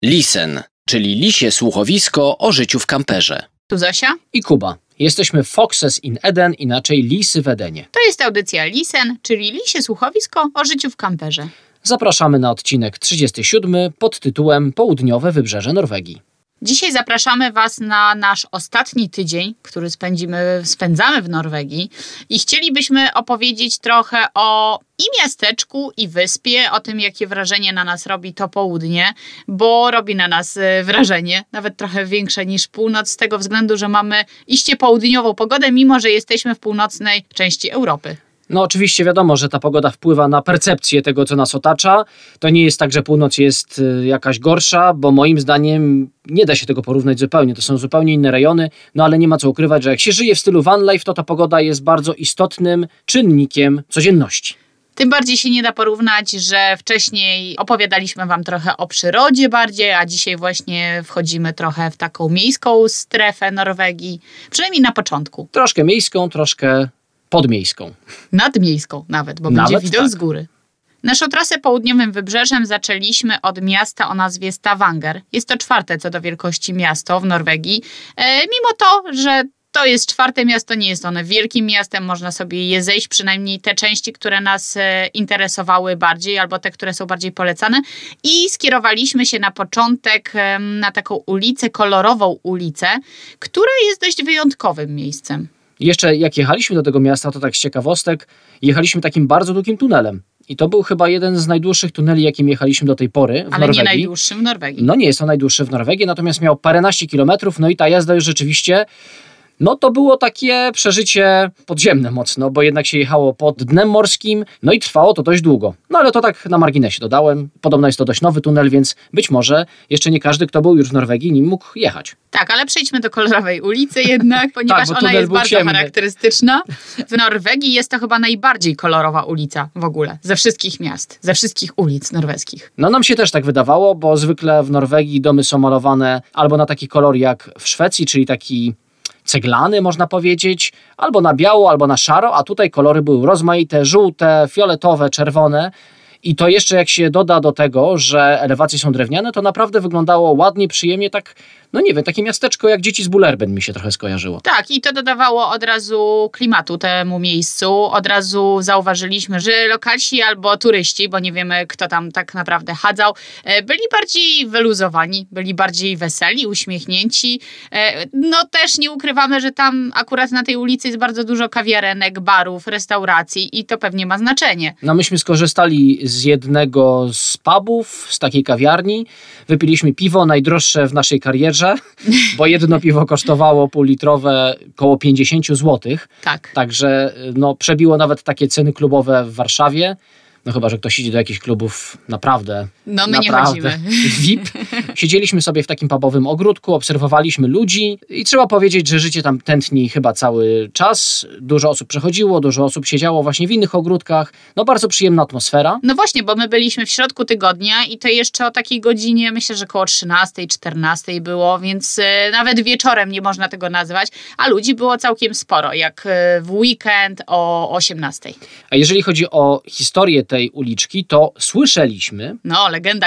Lisen, czyli lisie słuchowisko o życiu w kamperze. Tu Zosia i Kuba. Jesteśmy Foxes in Eden, inaczej Lisy w Edenie. To jest audycja Lisen, czyli lisie słuchowisko o życiu w kamperze. Zapraszamy na odcinek 37 pod tytułem Południowe wybrzeże Norwegii. Dzisiaj zapraszamy Was na nasz ostatni tydzień, który spędzamy w Norwegii i chcielibyśmy opowiedzieć trochę o i miasteczku, i wyspie, o tym, jakie wrażenie na nas robi to południe, bo robi na nas wrażenie, nawet trochę większe niż północ, z tego względu, że mamy iście południową pogodę, mimo że jesteśmy w północnej części Europy. No oczywiście wiadomo, że ta pogoda wpływa na percepcję tego, co nas otacza. To nie jest tak, że północ jest jakaś gorsza, bo moim zdaniem nie da się tego porównać zupełnie. To są zupełnie inne rejony, no ale nie ma co ukrywać, że jak się żyje w stylu van life, to ta pogoda jest bardzo istotnym czynnikiem codzienności. Tym bardziej się nie da porównać, że wcześniej opowiadaliśmy Wam trochę o przyrodzie bardziej, a dzisiaj właśnie wchodzimy trochę w taką miejską strefę Norwegii, przynajmniej na początku. Troszkę miejską, troszkę podmiejską. Nadmiejską nawet, bo będzie widok z góry. Naszą trasę południowym wybrzeżem zaczęliśmy od miasta o nazwie Stavanger. Jest to 4. co do wielkości miasto w Norwegii. Mimo to, że to jest 4. miasto, nie jest ono wielkim miastem, można sobie je zejść, przynajmniej te części, które nas interesowały bardziej, albo te, które są bardziej polecane. I skierowaliśmy się na początek na taką ulicę, kolorową ulicę, która jest dość wyjątkowym miejscem. Jeszcze jak jechaliśmy do tego miasta, to tak z ciekawostek, jechaliśmy takim bardzo długim tunelem. I to był chyba jeden z najdłuższych tuneli, jakim jechaliśmy do tej pory w Norwegii. Ale nie najdłuższy w Norwegii. No nie jest to najdłuższy w Norwegii, natomiast miał paręnaście kilometrów, no i ta jazda już rzeczywiście, no to było takie przeżycie podziemne mocno, bo jednak się jechało pod dnem morskim, no i trwało to dość długo. No ale to tak na marginesie dodałem. Podobno jest to dość nowy tunel, więc być może jeszcze nie każdy, kto był już w Norwegii, nim mógł jechać. Tak, ale przejdźmy do kolorowej ulicy jednak, ponieważ tak, ona jest bardzo ciemny. Charakterystyczna. W Norwegii jest to chyba najbardziej kolorowa ulica w ogóle, ze wszystkich miast, ze wszystkich ulic norweskich. No nam się też tak wydawało, bo zwykle w Norwegii domy są malowane albo na taki kolor jak w Szwecji, czyli taki ceglany, można powiedzieć, albo na biało, albo na szaro, a tutaj kolory były rozmaite, żółte, fioletowe, czerwone. I to jeszcze jak się doda do tego, że elewacje są drewniane, to naprawdę wyglądało ładnie, przyjemnie, tak, no nie wiem, takie miasteczko jak dzieci z Bullerben mi się trochę skojarzyło. Tak, i to dodawało od razu klimatu temu miejscu. Od razu zauważyliśmy, że lokalsi albo turyści, bo nie wiemy, kto tam tak naprawdę chadzał, byli bardziej wyluzowani, byli bardziej weseli, uśmiechnięci. No też nie ukrywamy, że tam akurat na tej ulicy jest bardzo dużo kawiarenek, barów, restauracji i to pewnie ma znaczenie. No myśmy skorzystali z jednego z pubów, z takiej kawiarni. Wypiliśmy piwo, najdroższe w naszej karierze, bo jedno piwo kosztowało półlitrowe koło 50 zł. Tak. Także no, przebiło nawet takie ceny klubowe w Warszawie. No chyba, że ktoś idzie do jakichś klubów naprawdę. No my nie chodzimy. VIP. Siedzieliśmy sobie w takim pubowym ogródku, obserwowaliśmy ludzi i trzeba powiedzieć, że życie tam tętni chyba cały czas. Dużo osób przechodziło, dużo osób siedziało właśnie w innych ogródkach. No bardzo przyjemna atmosfera. No właśnie, bo my byliśmy w środku tygodnia i to jeszcze o takiej godzinie, myślę, że koło 13, 14 było, więc nawet wieczorem nie można tego nazwać, a ludzi było całkiem sporo, jak w weekend o 18. A jeżeli chodzi o historię tej uliczki, to słyszeliśmy, no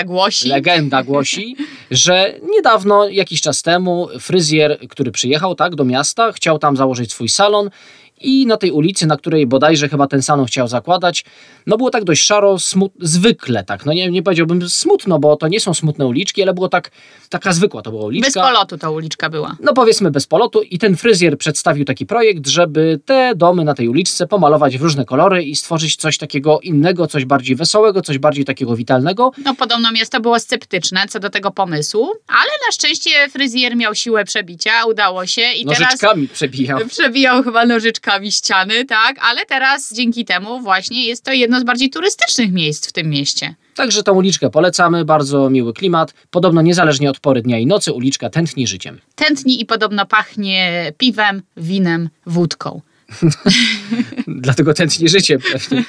legenda głosi, że niedawno, jakiś czas temu, fryzjer, który przyjechał tak do miasta, chciał tam założyć swój salon i na tej ulicy, na której bodajże chyba ten salon chciał zakładać, no było tak dość szaro, zwykle tak, no nie powiedziałbym smutno, bo to nie są smutne uliczki, ale było tak, taka zwykła to była uliczka. Bez polotu ta uliczka była. No powiedzmy bez polotu i ten fryzjer przedstawił taki projekt, żeby te domy na tej uliczce pomalować w różne kolory i stworzyć coś takiego innego, coś bardziej wesołego, coś bardziej takiego witalnego. No podobno miasto było sceptyczne co do tego pomysłu, ale na szczęście fryzjer miał siłę przebicia, udało się i nożyczkami teraz przebijał chyba nożyczkami ściany, tak, ale teraz dzięki temu właśnie jest to jedno z bardziej turystycznych miejsc w tym mieście. Także tą uliczkę polecamy, bardzo miły klimat. Podobno niezależnie od pory dnia i nocy uliczka tętni życiem. Tętni i podobno pachnie piwem, winem, wódką. Dlatego tętni życiem pewnie.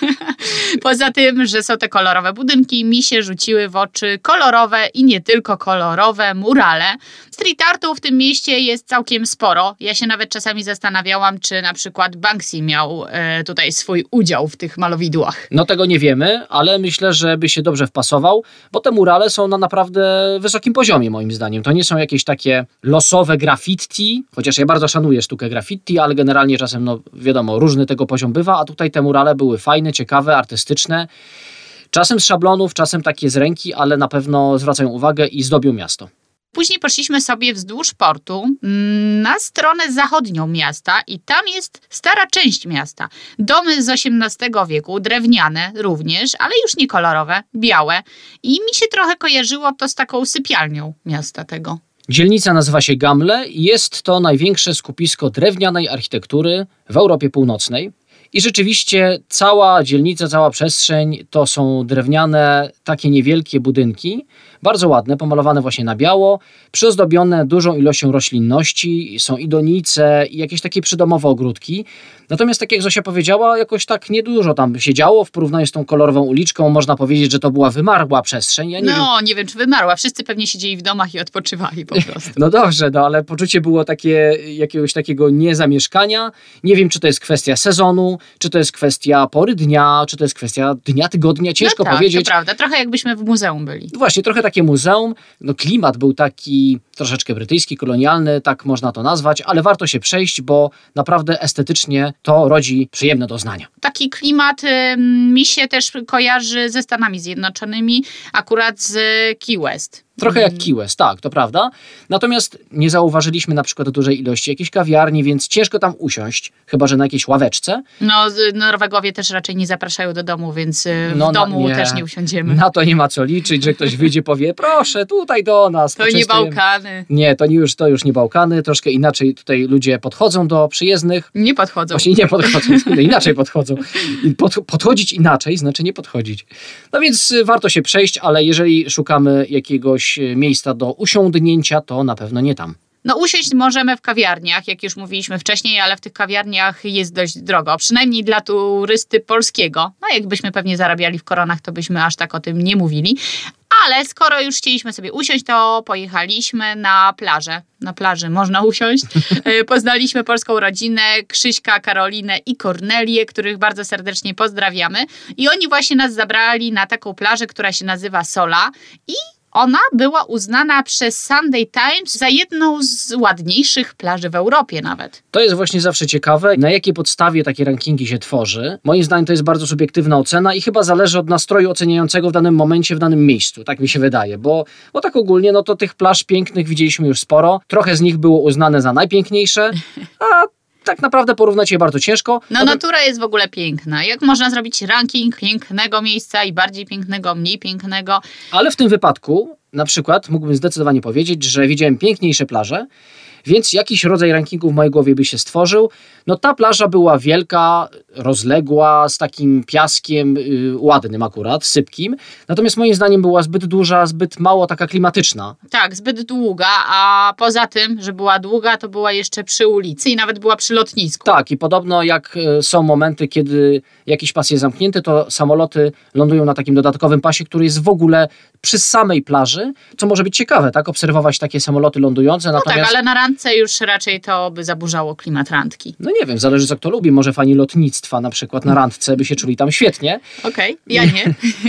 Poza tym, że są te kolorowe budynki, mi się rzuciły w oczy kolorowe i nie tylko kolorowe murale. Street artu w tym mieście jest całkiem sporo. Ja się nawet czasami zastanawiałam, czy na przykład Banksy miał tutaj swój udział w tych malowidłach. No tego nie wiemy, ale myślę, że by się dobrze wpasował, bo te murale są na naprawdę wysokim poziomie moim zdaniem. To nie są jakieś takie losowe graffiti, chociaż ja bardzo szanuję sztukę graffiti, ale generalnie czasem, no wiadomo, różny tego poziom bywa, a tutaj te murale były fajne, ciekawe, artystyczne. Czasem z szablonów, czasem takie z ręki, ale na pewno zwracają uwagę i zdobią miasto. Później poszliśmy sobie wzdłuż portu na stronę zachodnią miasta i tam jest stara część miasta. Domy z XVIII wieku, drewniane również, ale już nie kolorowe, białe. I mi się trochę kojarzyło to z taką sypialnią miasta tego. Dzielnica nazywa się Gamle i jest to największe skupisko drewnianej architektury w Europie Północnej. I rzeczywiście cała dzielnica, cała przestrzeń to są drewniane, takie niewielkie budynki, bardzo ładne, pomalowane właśnie na biało, przyozdobione dużą ilością roślinności, są i donice, i jakieś takie przydomowe ogródki. Natomiast tak jak Zosia powiedziała, jakoś tak niedużo tam się działo w porównaniu z tą kolorową uliczką. Można powiedzieć, że to była wymarła przestrzeń. Ja nie wiem, czy wymarła. Wszyscy pewnie siedzieli w domach i odpoczywali po prostu. No dobrze, ale poczucie było takie, jakiegoś takiego niezamieszkania. Nie wiem, czy to jest kwestia sezonu, czy to jest kwestia pory dnia, czy to jest kwestia dnia, tygodnia. Ciężko powiedzieć. To prawda. Trochę jakbyśmy w muzeum byli. Właśnie, trochę takie muzeum. No klimat był taki troszeczkę brytyjski, kolonialny, tak można to nazwać, ale warto się przejść, bo naprawdę estetycznie to rodzi przyjemne doznania. Taki klimat mi się też kojarzy ze Stanami Zjednoczonymi, akurat z Key West. Trochę jak Key West, tak, to prawda. Natomiast nie zauważyliśmy na przykład dużej ilości jakiejś kawiarni, więc ciężko tam usiąść, chyba że na jakiejś ławeczce. No, Norwegowie też raczej nie zapraszają do domu, więc w domu też nie usiądziemy. Na to nie ma co liczyć, że ktoś wyjdzie, powie, proszę, tutaj do nas. To nie Bałkany. Nie, to już nie Bałkany, troszkę inaczej tutaj ludzie podchodzą do przyjezdnych. Nie podchodzą. Właśnie nie podchodzą, inaczej podchodzą. Podchodzić inaczej znaczy nie podchodzić. No więc warto się przejść, ale jeżeli szukamy jakiegoś miejsca do usiądnięcia, to na pewno nie tam. No usiąść możemy w kawiarniach, jak już mówiliśmy wcześniej, ale w tych kawiarniach jest dość drogo, przynajmniej dla turysty polskiego. No jakbyśmy pewnie zarabiali w koronach, to byśmy aż tak o tym nie mówili. Ale skoro już chcieliśmy sobie usiąść, to pojechaliśmy na plażę. Na plaży można usiąść. Poznaliśmy polską rodzinę, Krzyśka, Karolinę i Kornelię, których bardzo serdecznie pozdrawiamy. I oni właśnie nas zabrali na taką plażę, która się nazywa Sola i ona była uznana przez Sunday Times za jedną z ładniejszych plaży w Europie nawet. To jest właśnie zawsze ciekawe, na jakiej podstawie takie rankingi się tworzy. Moim zdaniem to jest bardzo subiektywna ocena i chyba zależy od nastroju oceniającego w danym momencie, w danym miejscu. Tak mi się wydaje, bo tak ogólnie no to tych plaż pięknych widzieliśmy już sporo. Trochę z nich było uznane za najpiękniejsze, a tak naprawdę porównać je bardzo ciężko. Natura jest w ogóle piękna. Jak można zrobić ranking pięknego miejsca i bardziej pięknego, mniej pięknego? Ale w tym wypadku na przykład mógłbym zdecydowanie powiedzieć, że widziałem piękniejsze plaże, więc jakiś rodzaj rankingu w mojej głowie by się stworzył. No ta plaża była wielka, rozległa, z takim piaskiem ładnym akurat, sypkim. Natomiast moim zdaniem była zbyt duża, zbyt mało taka klimatyczna. Tak, zbyt długa, a poza tym, że była długa, to była jeszcze przy ulicy i nawet była przy lotnisku. Tak, i podobno jak są momenty, kiedy jakiś pas jest zamknięty, to samoloty lądują na takim dodatkowym pasie, który jest w ogóle przy samej plaży, co może być ciekawe, tak? Obserwować takie samoloty lądujące. No tak, ale na randce już raczej to by zaburzało klimat randki. No nie wiem, zależy co kto lubi. Może fani lotnictwa na przykład na randce by się czuli tam świetnie. Okej, ja nie.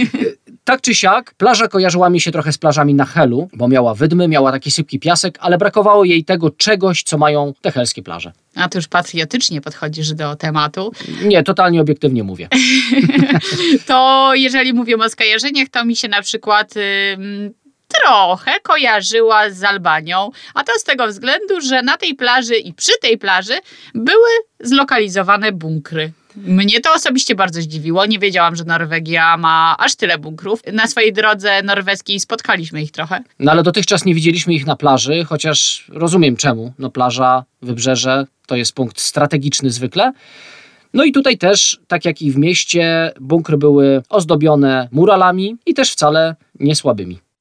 Tak czy siak, plaża kojarzyła mi się trochę z plażami na Helu, bo miała wydmy, miała taki sypki piasek, ale brakowało jej tego czegoś, co mają te helskie plaże. A ty już patriotycznie podchodzisz do tematu. Nie, totalnie obiektywnie mówię. To jeżeli mówię o skojarzeniach, to mi się na przykład trochę kojarzyła z Albanią, a to z tego względu, że na tej plaży i przy tej plaży były zlokalizowane bunkry. Mnie to osobiście bardzo zdziwiło. Nie wiedziałam, że Norwegia ma aż tyle bunkrów. Na swojej drodze norweskiej spotkaliśmy ich trochę. No ale dotychczas nie widzieliśmy ich na plaży, chociaż rozumiem czemu. No plaża, wybrzeże to jest punkt strategiczny zwykle. No i tutaj też, tak jak i w mieście, bunkry były ozdobione muralami i też wcale nie słabymi.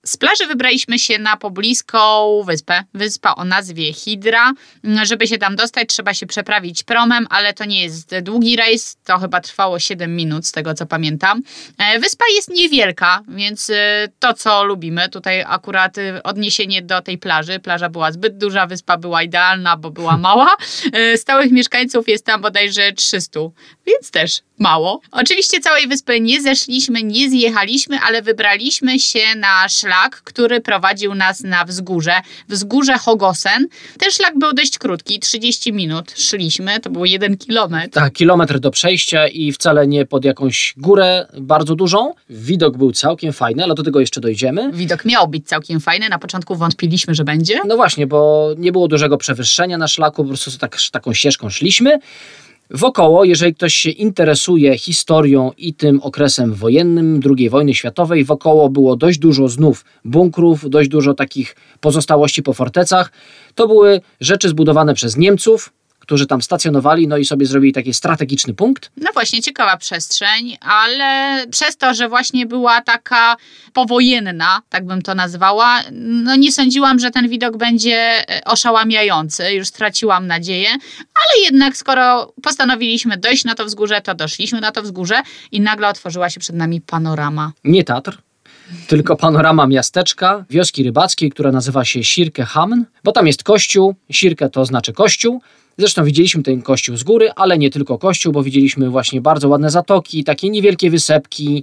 Z plaży wybraliśmy się na pobliską wyspę. Wyspa o nazwie Hidra. Żeby się tam dostać, trzeba się przeprawić promem, ale to nie jest długi rejs. To chyba trwało 7 minut, z tego co pamiętam. Wyspa jest niewielka, więc to, co lubimy. Tutaj akurat odniesienie do tej plaży. Plaża była zbyt duża, wyspa była idealna, bo była mała. Stałych mieszkańców jest tam bodajże 300, więc też mało. Oczywiście całej wyspy nie zeszliśmy, nie zjechaliśmy, ale wybraliśmy się na szlak, który prowadził nas na wzgórze Hogosen. Ten szlak był dość krótki, 30 minut szliśmy, to był 1 kilometr. Tak, kilometr do przejścia i wcale nie pod jakąś górę bardzo dużą. Widok był całkiem fajny, ale do tego jeszcze dojdziemy. Widok miał być całkiem fajny, na początku wątpiliśmy, że będzie. No właśnie, bo nie było dużego przewyższenia na szlaku, po prostu taką ścieżką szliśmy. Wokoło, jeżeli ktoś się interesuje historią i tym okresem wojennym II wojny światowej, wokoło było dość dużo znów bunkrów, dość dużo takich pozostałości po fortecach. To były rzeczy zbudowane przez Niemców, którzy tam stacjonowali, no i sobie zrobili taki strategiczny punkt. No właśnie, ciekawa przestrzeń, ale przez to, że właśnie była taka powojenna, tak bym to nazwała, no nie sądziłam, że ten widok będzie oszałamiający. Już straciłam nadzieję, ale jednak skoro postanowiliśmy dojść na to wzgórze, to doszliśmy na to wzgórze i nagle otworzyła się przed nami panorama. Nie Tatr, tylko panorama miasteczka, wioski rybackiej, która nazywa się Sirkehamn, bo tam jest kościół, Sirke to znaczy kościół. Zresztą widzieliśmy ten kościół z góry, ale nie tylko kościół, bo widzieliśmy właśnie bardzo ładne zatoki, takie niewielkie wysepki,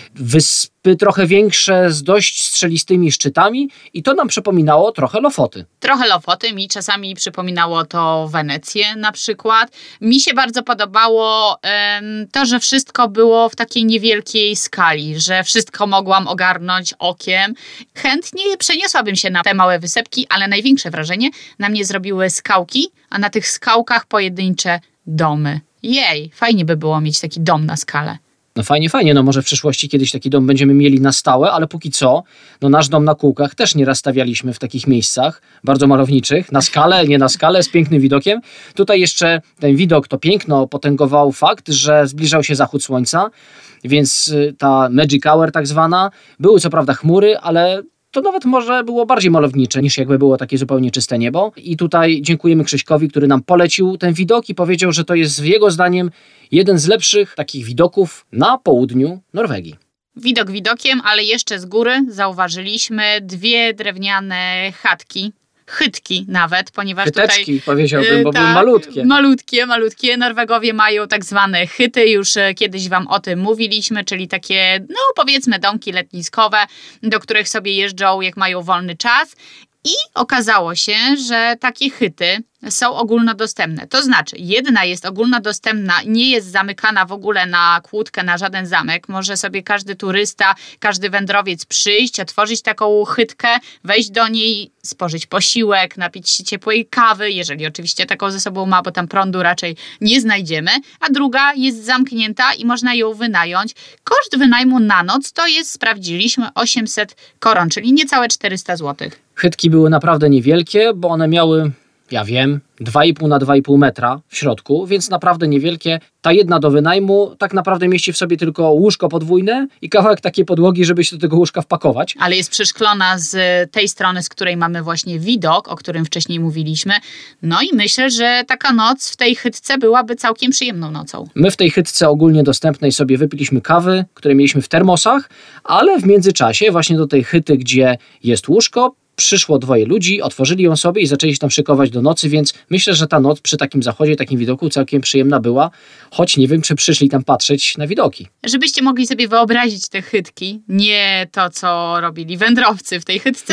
wyspy trochę większe z dość strzelistymi szczytami i to nam przypominało trochę Lofoty. Trochę Lofoty, mi czasami przypominało to Wenecję na przykład. Mi się bardzo podobało to, że wszystko było w takiej niewielkiej skali, że wszystko mogłam ogarnąć okiem. Chętnie przeniosłabym się na te małe wysepki, ale największe wrażenie na mnie zrobiły skałki, a na tych skałkach pojedyncze domy. Jej, fajnie by było mieć taki dom na skalę. No fajnie, no może w przyszłości kiedyś taki dom będziemy mieli na stałe, ale póki co, no nasz dom na kółkach też nieraz stawialiśmy w takich miejscach bardzo malowniczych, na skalę, nie na skalę, z pięknym widokiem. Tutaj jeszcze ten widok, to piękno potęgował fakt, że zbliżał się zachód słońca, więc ta magic hour tak zwana, były co prawda chmury, ale to nawet może było bardziej malownicze, niż jakby było takie zupełnie czyste niebo. I tutaj dziękujemy Krzyśkowi, który nam polecił ten widok i powiedział, że to jest jego zdaniem jeden z lepszych takich widoków na południu Norwegii. Widok widokiem, ale jeszcze z góry zauważyliśmy 2 drewniane chatki. Chytki nawet, ponieważ Chyteczki, tutaj... powiedziałbym, bo były malutkie. Malutkie. Norwegowie mają tak zwane chyty, już kiedyś wam o tym mówiliśmy, czyli takie, no powiedzmy domki letniskowe, do których sobie jeżdżą, jak mają wolny czas. I okazało się, że takie chyty są ogólnodostępne. To znaczy, jedna jest ogólnodostępna, nie jest zamykana w ogóle na kłódkę, na żaden zamek. Może sobie każdy turysta, każdy wędrowiec przyjść, otworzyć taką chytkę, wejść do niej, spożyć posiłek, napić się ciepłej kawy, jeżeli oczywiście taką ze sobą ma, bo tam prądu raczej nie znajdziemy. A druga jest zamknięta i można ją wynająć. Koszt wynajmu na noc to jest, sprawdziliśmy, 800 koron, czyli niecałe 400 zł. Chytki były naprawdę niewielkie, bo one miały, ja wiem, 2,5 na 2,5 metra w środku, więc naprawdę niewielkie. Ta jedna do wynajmu tak naprawdę mieści w sobie tylko łóżko podwójne i kawałek takiej podłogi, żeby się do tego łóżka wpakować. Ale jest przyszklona z tej strony, z której mamy właśnie widok, o którym wcześniej mówiliśmy. No i myślę, że taka noc w tej chytce byłaby całkiem przyjemną nocą. My w tej chytce ogólnie dostępnej sobie wypiliśmy kawy, które mieliśmy w termosach, ale w międzyczasie właśnie do tej chyty, gdzie jest łóżko, przyszło 2 ludzi, otworzyli ją sobie i zaczęli się tam szykować do nocy, więc myślę, że ta noc przy takim zachodzie, takim widoku całkiem przyjemna była, choć nie wiem, czy przyszli tam patrzeć na widoki. Żebyście mogli sobie wyobrazić te chytki, nie to, co robili wędrowcy w tej chytce,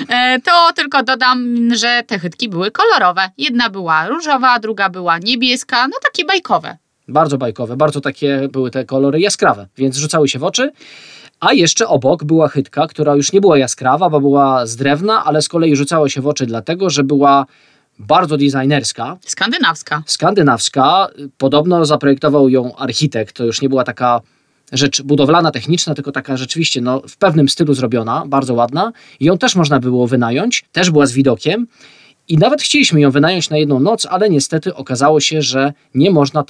to tylko dodam, że te chytki były kolorowe. Jedna była różowa, druga była niebieska, no takie bajkowe. Bardzo bajkowe, bardzo takie były te kolory jaskrawe, więc rzucały się w oczy. A jeszcze obok była chytka, która już nie była jaskrawa, bo była z drewna, ale z kolei rzucała się w oczy dlatego, że była bardzo designerska. Skandynawska. Podobno zaprojektował ją architekt. To już nie była taka rzecz budowlana, techniczna, tylko taka rzeczywiście w pewnym stylu zrobiona, bardzo ładna. I ją też można było wynająć, też była z widokiem. I nawet chcieliśmy ją wynająć na jedną noc, ale niestety okazało się, że nie można tam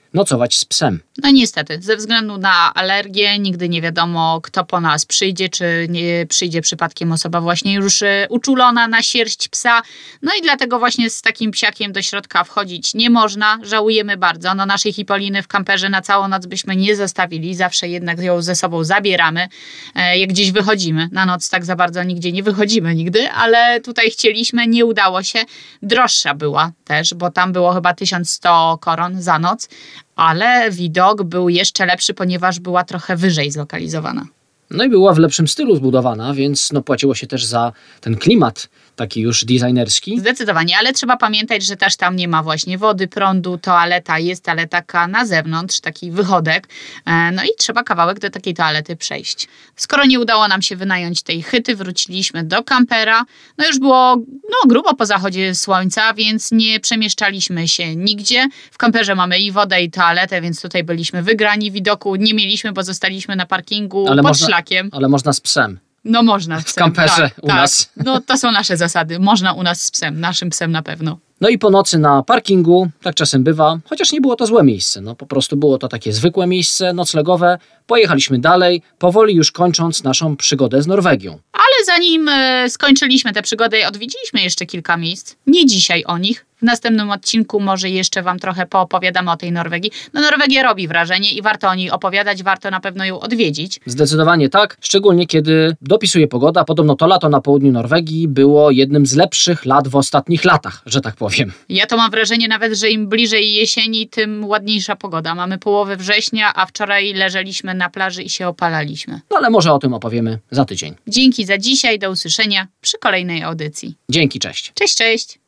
nocować z psem. No niestety, ze względu na alergię nigdy nie wiadomo, kto po nas przyjdzie, czy nie przyjdzie przypadkiem osoba właśnie już uczulona na sierść psa. No i dlatego właśnie z takim psiakiem do środka wchodzić nie można. Żałujemy bardzo. No naszej Hipoliny w kamperze na całą noc byśmy nie zostawili. Zawsze jednak ją ze sobą zabieramy, jak gdzieś wychodzimy. Na noc tak za bardzo nigdzie nie wychodzimy nigdy, ale tutaj chcieliśmy, nie udało się. Droższa była też, bo tam było chyba 1100 koron za noc, ale widok był jeszcze lepszy, ponieważ była trochę wyżej zlokalizowana. No i była w lepszym stylu zbudowana, więc płaciło się też za ten klimat taki już designerski. Zdecydowanie, ale trzeba pamiętać, że też tam nie ma właśnie wody, prądu, toaleta jest, ale taka na zewnątrz, taki wychodek. No i trzeba kawałek do takiej toalety przejść. Skoro nie udało nam się wynająć tej hyty, wróciliśmy do kampera. No już było grubo po zachodzie słońca, więc nie przemieszczaliśmy się nigdzie. W kamperze mamy i wodę, i toaletę, więc tutaj byliśmy wygrani. Widoku nie mieliśmy, bo zostaliśmy na parkingu pod szlakiem. Ale można z psem. No można z psem. W kamperze u nas. No to są nasze zasady. Można u nas z psem, naszym psem na pewno. No i po nocy na parkingu, tak czasem bywa, chociaż nie było to złe miejsce, po prostu było to takie zwykłe miejsce noclegowe. Pojechaliśmy dalej, powoli już kończąc naszą przygodę z Norwegią. Ale zanim skończyliśmy tę przygodę, odwiedziliśmy jeszcze kilka miejsc. Nie dzisiaj o nich. W następnym odcinku może jeszcze Wam trochę poopowiadamy o tej Norwegii. No Norwegia robi wrażenie i warto o niej opowiadać, warto na pewno ją odwiedzić. Zdecydowanie tak, szczególnie kiedy dopisuje pogoda. Podobno to lato na południu Norwegii było jednym z lepszych lat w ostatnich latach, że tak powiem. Ja to mam wrażenie nawet, że im bliżej jesieni, tym ładniejsza pogoda. Mamy połowę września, a wczoraj leżeliśmy na plaży i się opalaliśmy. No ale może o tym opowiemy za tydzień. Dzięki za dzisiaj, do usłyszenia przy kolejnej audycji. Dzięki, cześć. Cześć, cześć.